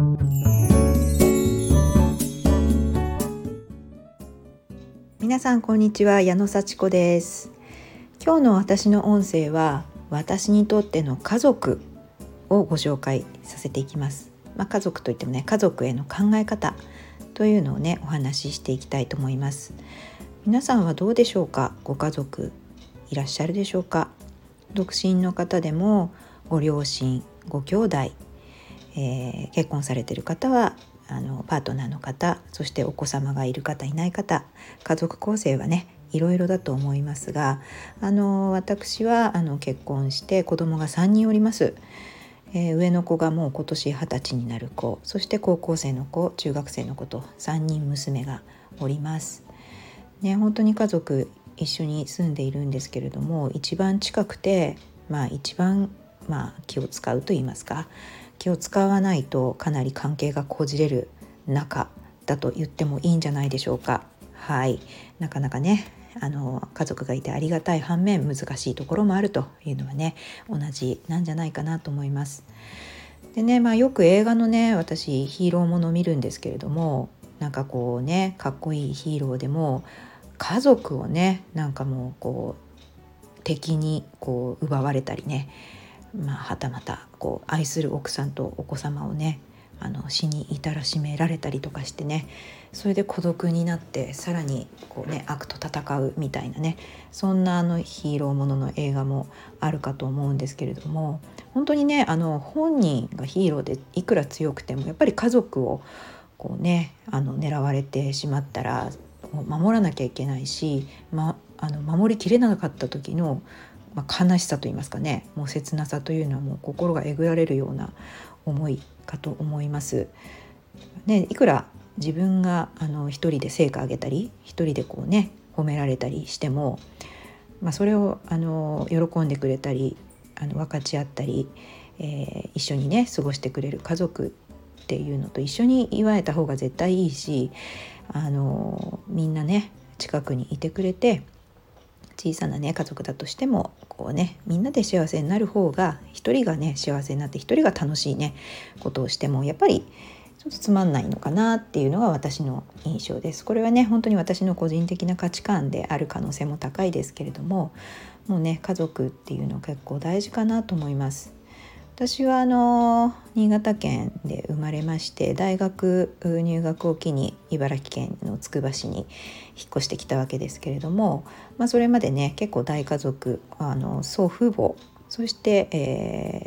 皆さんこんにちは、矢野幸子です。今日の私の音声は私にとっての家族をご紹介させていきます。家族といってもね、家族への考え方というのをねお話ししていきたいと思います。皆さんはどうでしょうか？ご家族いらっしゃるでしょうか？独身の方でもご両親、ご兄弟、結婚されている方はパートナーの方、そしてお子様がいる方いない方、家族構成はねいろいろだと思いますが、私は結婚して子供が3人おります。上の子がもう今年20歳になる子、そして高校生の子、中学生の子と3人娘がおりますね。本当に家族一緒に住んでいるんですけれども、一番近くて、一番気を使うと言いますか、気を使わないとかなり関係がこじれる仲だと言ってもいいんじゃないでしょうか。はい、なかなかね家族がいてありがたい反面難しいところもあるというのはね同じなんじゃないかなと思います。でね、よく映画のね私ヒーローものを見るんですけれども、かっこいいヒーローでも家族をねもう敵に奪われたりね、はたまた愛する奥さんとお子様をね死に至らしめられたりとかしてね、それで孤独になってさらに悪と戦うみたいなね、そんなヒーローものの映画もあるかと思うんですけれども、本当にね本人がヒーローでいくら強くてもやっぱり家族を狙われてしまったら守らなきゃいけないし、守りきれなかった時の、悲しさといいますかね、もう切なさというのはもう心がえぐられるような思いかと思います、ね。いくら自分が一人で成果上げたり一人で褒められたりしても、それを喜んでくれたり分かち合ったり、一緒にね過ごしてくれる家族っていうのと一緒に祝えた方が絶対いいし、みんなね近くにいてくれて、小さなね家族だとしてもみんなで幸せになる方が、一人がね幸せになって一人が楽しいねことをしてもやっぱりちょっとつまんないのかなっていうのが私の印象です。これはね本当に私の個人的な価値観である可能性も高いですけれども、もうね家族っていうのは結構大事かなと思います。私は新潟県で生まれまして、大学入学を機に茨城県のつくば市に引っ越してきたわけですけれども、それまでね結構大家族、祖父母、そして、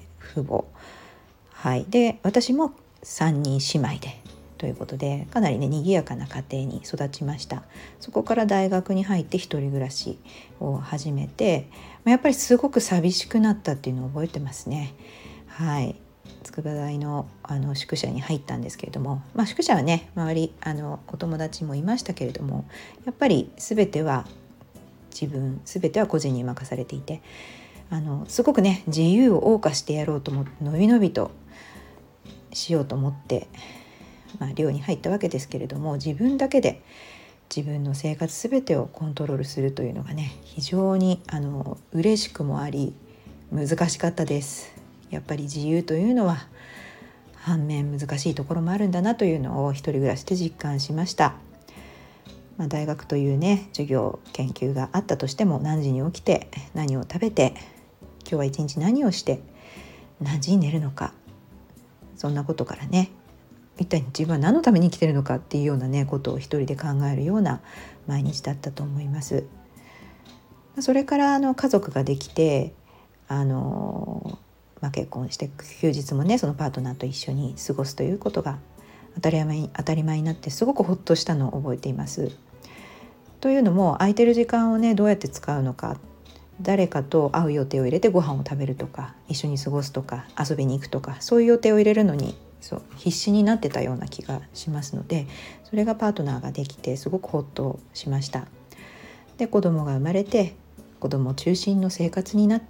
父母、で私も3人姉妹でということで、かなりね賑やかな家庭に育ちました。そこから大学に入って一人暮らしを始めて、やっぱりすごく寂しくなったっていうのを覚えてますね。筑波大の宿舎に入ったんですけれども、宿舎はね周りお友達もいましたけれども、やっぱり全ては個人に任されていて、すごくね自由を謳歌してやろうと思ってのびのびとしようと思って、寮に入ったわけですけれども、自分だけで自分の生活全てをコントロールするというのがね非常に嬉しくもあり難しかったです。やっぱり自由というのは反面難しいところもあるんだなというのを一人暮らしで実感しました。大学というね授業研究があったとしても、何時に起きて何を食べて今日は一日何をして何時に寝るのか、そんなことからね一体自分は何のために生きてるのかっていうようなねことを一人で考えるような毎日だったと思います。それから家族ができて結婚して休日もねそのパートナーと一緒に過ごすということが当たり前になって、すごくほっとしたのを覚えています。というのも、空いてる時間をねどうやって使うのか、誰かと会う予定を入れてご飯を食べるとか、一緒に過ごすとか、遊びに行くとか、そういう予定を入れるのに必死になってたような気がしますので、それがパートナーができてすごくほっとしました。で子供が生まれて子供中心の生活になって、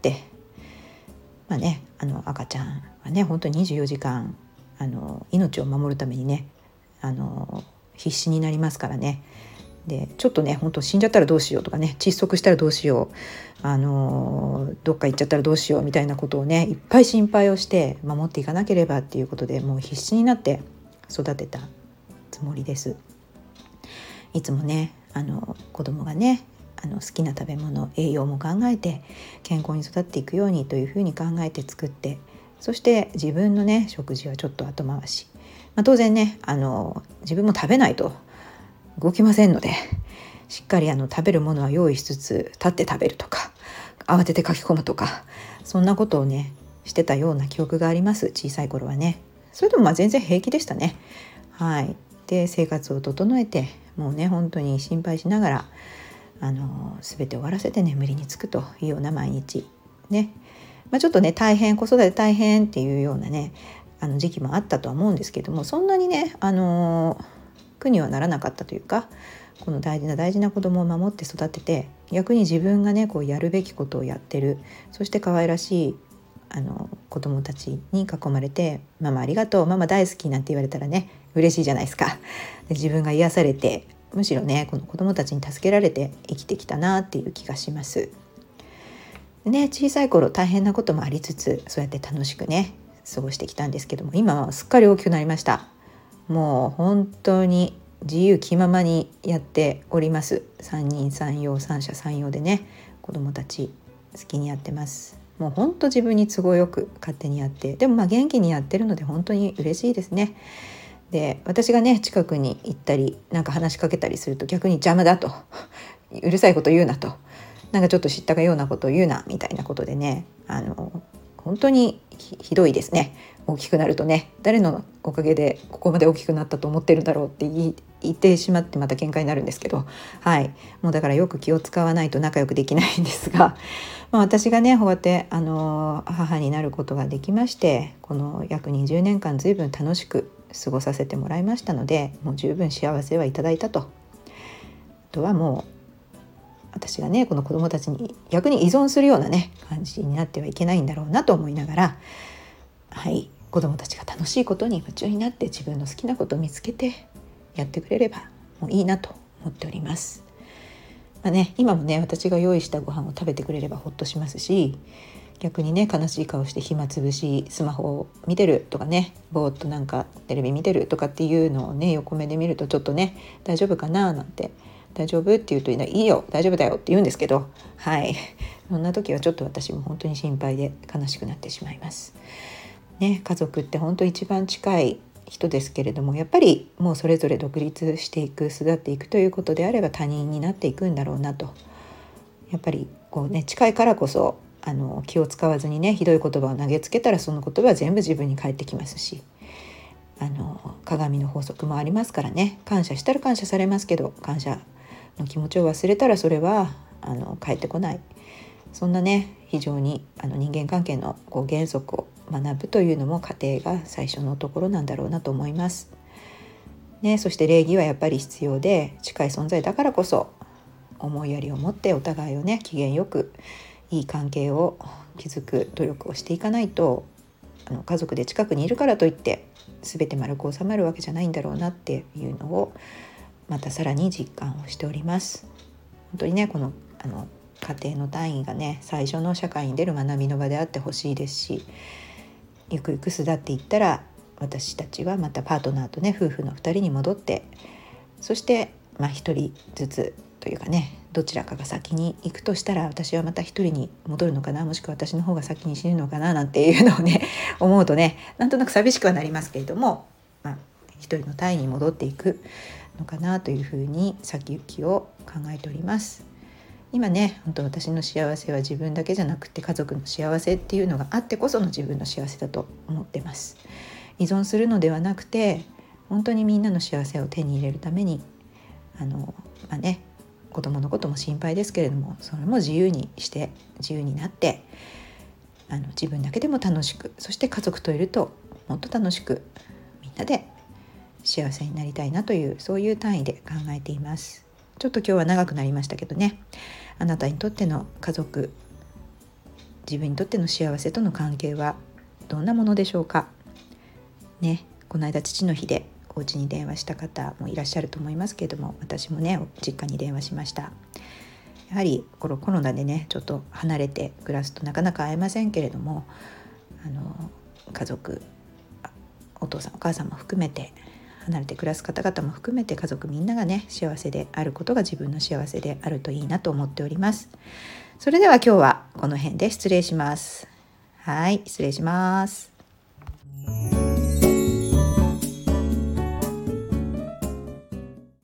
赤ちゃんはね本当に24時間命を守るためにね必死になりますからね。 でちょっとね本当死んじゃったらどうしようとかね、窒息したらどうしよう、どっか行っちゃったらどうしようみたいなことをねいっぱい心配をして守っていかなければっていうことで、もう必死になって育てたつもりです。いつもね子供がね好きな食べ物、栄養も考えて健康に育っていくようにというふうに考えて作って、そして自分のね食事はちょっと後回し、当然ね自分も食べないと動きませんので、しっかり食べるものは用意しつつ立って食べるとか慌てて書き込むとか、そんなことをねしてたような記憶があります。小さい頃はね。それでも全然平気でしたね。はい。で生活を整えて、もうね本当に心配しながら全て終わらせて眠りにつくというような毎日ね。ちょっとね大変、子育て大変っていうようなね時期もあったとは思うんですけども、そんなにね苦にはならなかったというか、この大事な子供を守って育てて、逆に自分がねこうやるべきことをやってる、そして可愛らしい子供たちに囲まれて、ママありがとう、ママ大好きなんて言われたらね嬉しいじゃないですか。で自分が癒されて、むしろねこの子供たちに助けられて生きてきたなっていう気がします。でね、小さい頃大変なこともありつつ、そうやって楽しくね過ごしてきたんですけども、今はすっかり大きくなりました。もう本当に自由気ままにやっております。三人三様、三者三様でね子供たち好きにやってます。もう本当自分に都合よく勝手にやって、でも元気にやってるので本当に嬉しいですね。で私がね近くに行ったりなんか話しかけたりすると、逆に邪魔だとうるさいこと言うなと、なんかちょっと知ったかようなことを言うなみたいなことでね本当にひどいですね。大きくなるとね、誰のおかげでここまで大きくなったと思ってるんだろうって言ってしまってまた喧嘩になるんですけど、はい、もうだからよく気を使わないと仲良くできないんですが、私がねこうやって母になることができまして、この約20年間ずいぶん楽しく過ごさせてもらいましたので、もう十分幸せはいただいたと。あとはもう私がねこの子どもたちに逆に依存するようなね感じになってはいけないんだろうなと思いながら、はい、子どもたちが楽しいことに夢中になって自分の好きなことを見つけてやってくれればもういいなと思っております。今もね私が用意したご飯を食べてくれればほっとしますし、逆にね悲しい顔して暇つぶしスマホを見てるとかね、ぼーっとなんかテレビ見てるとかっていうのをね横目で見ると、ちょっとね大丈夫かななんて、大丈夫って言うといいよ大丈夫だよって言うんですけど、はい、そんな時はちょっと私も本当に心配で悲しくなってしまいますね。家族って本当一番近い人ですけれども、やっぱりもうそれぞれ独立していく、育っていくということであれば他人になっていくんだろうなと。やっぱりこうね近いからこそ気を使わずにねひどい言葉を投げつけたら、その言葉は全部自分に返ってきますし、鏡の法則もありますからね、感謝したら感謝されますけど、感謝の気持ちを忘れたらそれは返ってこない。そんなね非常に人間関係の原則を学ぶというのも家庭が最初のところなんだろうなと思いますね。そして礼儀はやっぱり必要で、近い存在だからこそ思いやりを持ってお互いをね機嫌よくいい関係を築く努力をしていかないと、家族で近くにいるからといって全て丸く収まるわけじゃないんだろうなっていうのをまたさらに実感をしております。本当にねこの家庭の単位がね最初の社会に出る学びの場であってほしいですし、ゆくゆく巣立っていったら私たちはまたパートナーとね夫婦の2人に戻って、そして1人ずつというかね、どちらかが先に行くとしたら私はまた一人に戻るのかな、もしくは私の方が先に死ぬのかななんていうのをね思うとね、なんとなく寂しくはなりますけれども、一人の単位に戻っていくのかなというふうに先行きを考えております。今ね本当私の幸せは自分だけじゃなくて家族の幸せっていうのがあってこその自分の幸せだと思ってます。依存するのではなくて、本当にみんなの幸せを手に入れるために子供のことも心配ですけれども、それも自由にして自由になって自分だけでも楽しく、そして家族といるともっと楽しくみんなで幸せになりたいなという、そういう単位で考えています。ちょっと今日は長くなりましたけどね、あなたにとっての家族、自分にとっての幸せとの関係はどんなものでしょうかね。この間父の日でお家に電話した方もいらっしゃると思いますけれども、私もね実家に電話しました。やはりコロナでねちょっと離れて暮らすとなかなか会えませんけれども、家族、お父さんお母さんも含めて、離れて暮らす方々も含めて、家族みんながね幸せであることが自分の幸せであるといいなと思っております。それでは今日はこの辺で失礼します。はい、失礼します。